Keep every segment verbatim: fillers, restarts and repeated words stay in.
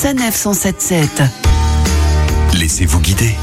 Sanef cent sept sept. Laissez-vous guider.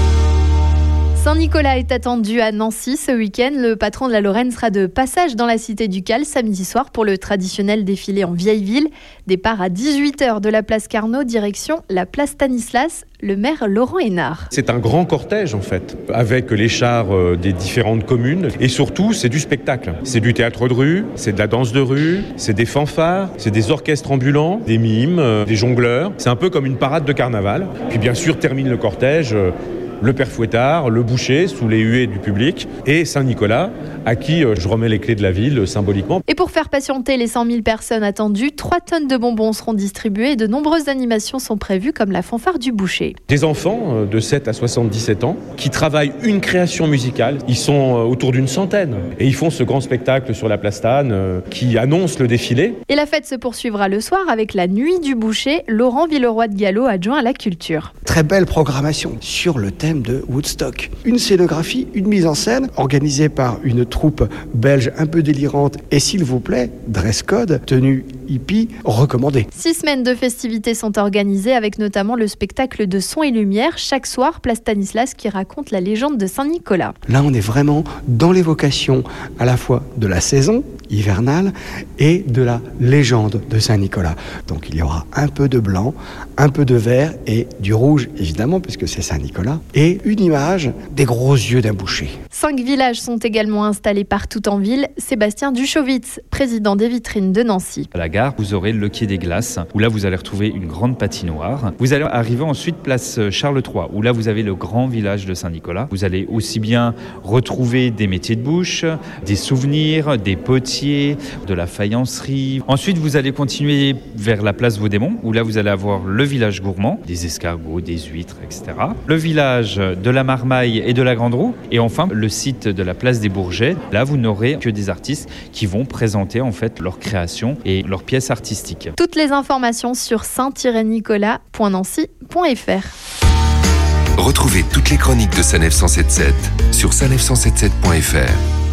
Saint-Nicolas est attendu à Nancy ce week-end. Le patron de la Lorraine sera de passage dans la cité du Cal samedi soir pour le traditionnel défilé en vieille ville. Départ à dix-huit heures de la place Carnot, direction la place Stanislas. Le maire Laurent Hénard. C'est un grand cortège en fait, avec les chars des différentes communes. Et surtout, c'est du spectacle. C'est du théâtre de rue, c'est de la danse de rue, c'est des fanfares, c'est des orchestres ambulants, des mimes, des jongleurs. C'est un peu comme une parade de carnaval. Puis bien sûr, termine le cortège le père Fouettard, le boucher, sous les huées du public, et Saint-Nicolas, à qui je remets les clés de la ville symboliquement. Et pour faire patienter les cent mille personnes attendues, trois tonnes de bonbons seront distribuées et de nombreuses animations sont prévues, comme la fanfare du boucher. Des enfants de sept à soixante-dix-sept ans qui travaillent une création musicale. Ils sont autour d'une centaine. Et ils font ce grand spectacle sur la place Stane qui annonce le défilé. Et la fête se poursuivra le soir avec la nuit du boucher. Laurent Villeroy de Gallo, adjoint à la culture. Très belle programmation sur le thème de Woodstock. Une scénographie, une mise en scène organisée par une troupe belge un peu délirante et s'il vous plaît, dress code, tenue hippie recommandée. Six semaines de festivités sont organisées avec notamment le spectacle de son et lumière chaque soir, place Stanislas, qui raconte la légende de Saint-Nicolas. Là, on est vraiment dans l'évocation à la fois de la saison hivernale et de la légende de Saint-Nicolas. Donc il y aura un peu de blanc, un peu de vert et du rouge évidemment puisque c'est Saint-Nicolas et une image des gros yeux d'un boucher. Cinq villages sont également installés partout en ville. Sébastien Duchowitz, président des vitrines de Nancy. À la gare, vous aurez le quai des Glaces où là vous allez retrouver une grande patinoire. Vous allez arriver ensuite place Charles trois où là vous avez le grand village de Saint-Nicolas. Vous allez aussi bien retrouver des métiers de bouche, des souvenirs, des potiers, de la faïencerie. Ensuite, vous allez continuer vers la place Vaudémont, où là, vous allez avoir le village gourmand, des escargots, des huîtres, et cetera. Le village de la Marmaille et de la Grande Roue. Et enfin, le site de la place des Bourgets. Là, vous n'aurez que des artistes qui vont présenter en fait leurs créations et leurs pièces artistiques. Toutes les informations sur saint nicolas point nancy point f r. Retrouvez toutes les chroniques de Sanef cent soixante-dix-sept sur sanef cent soixante-dix-sept point f r.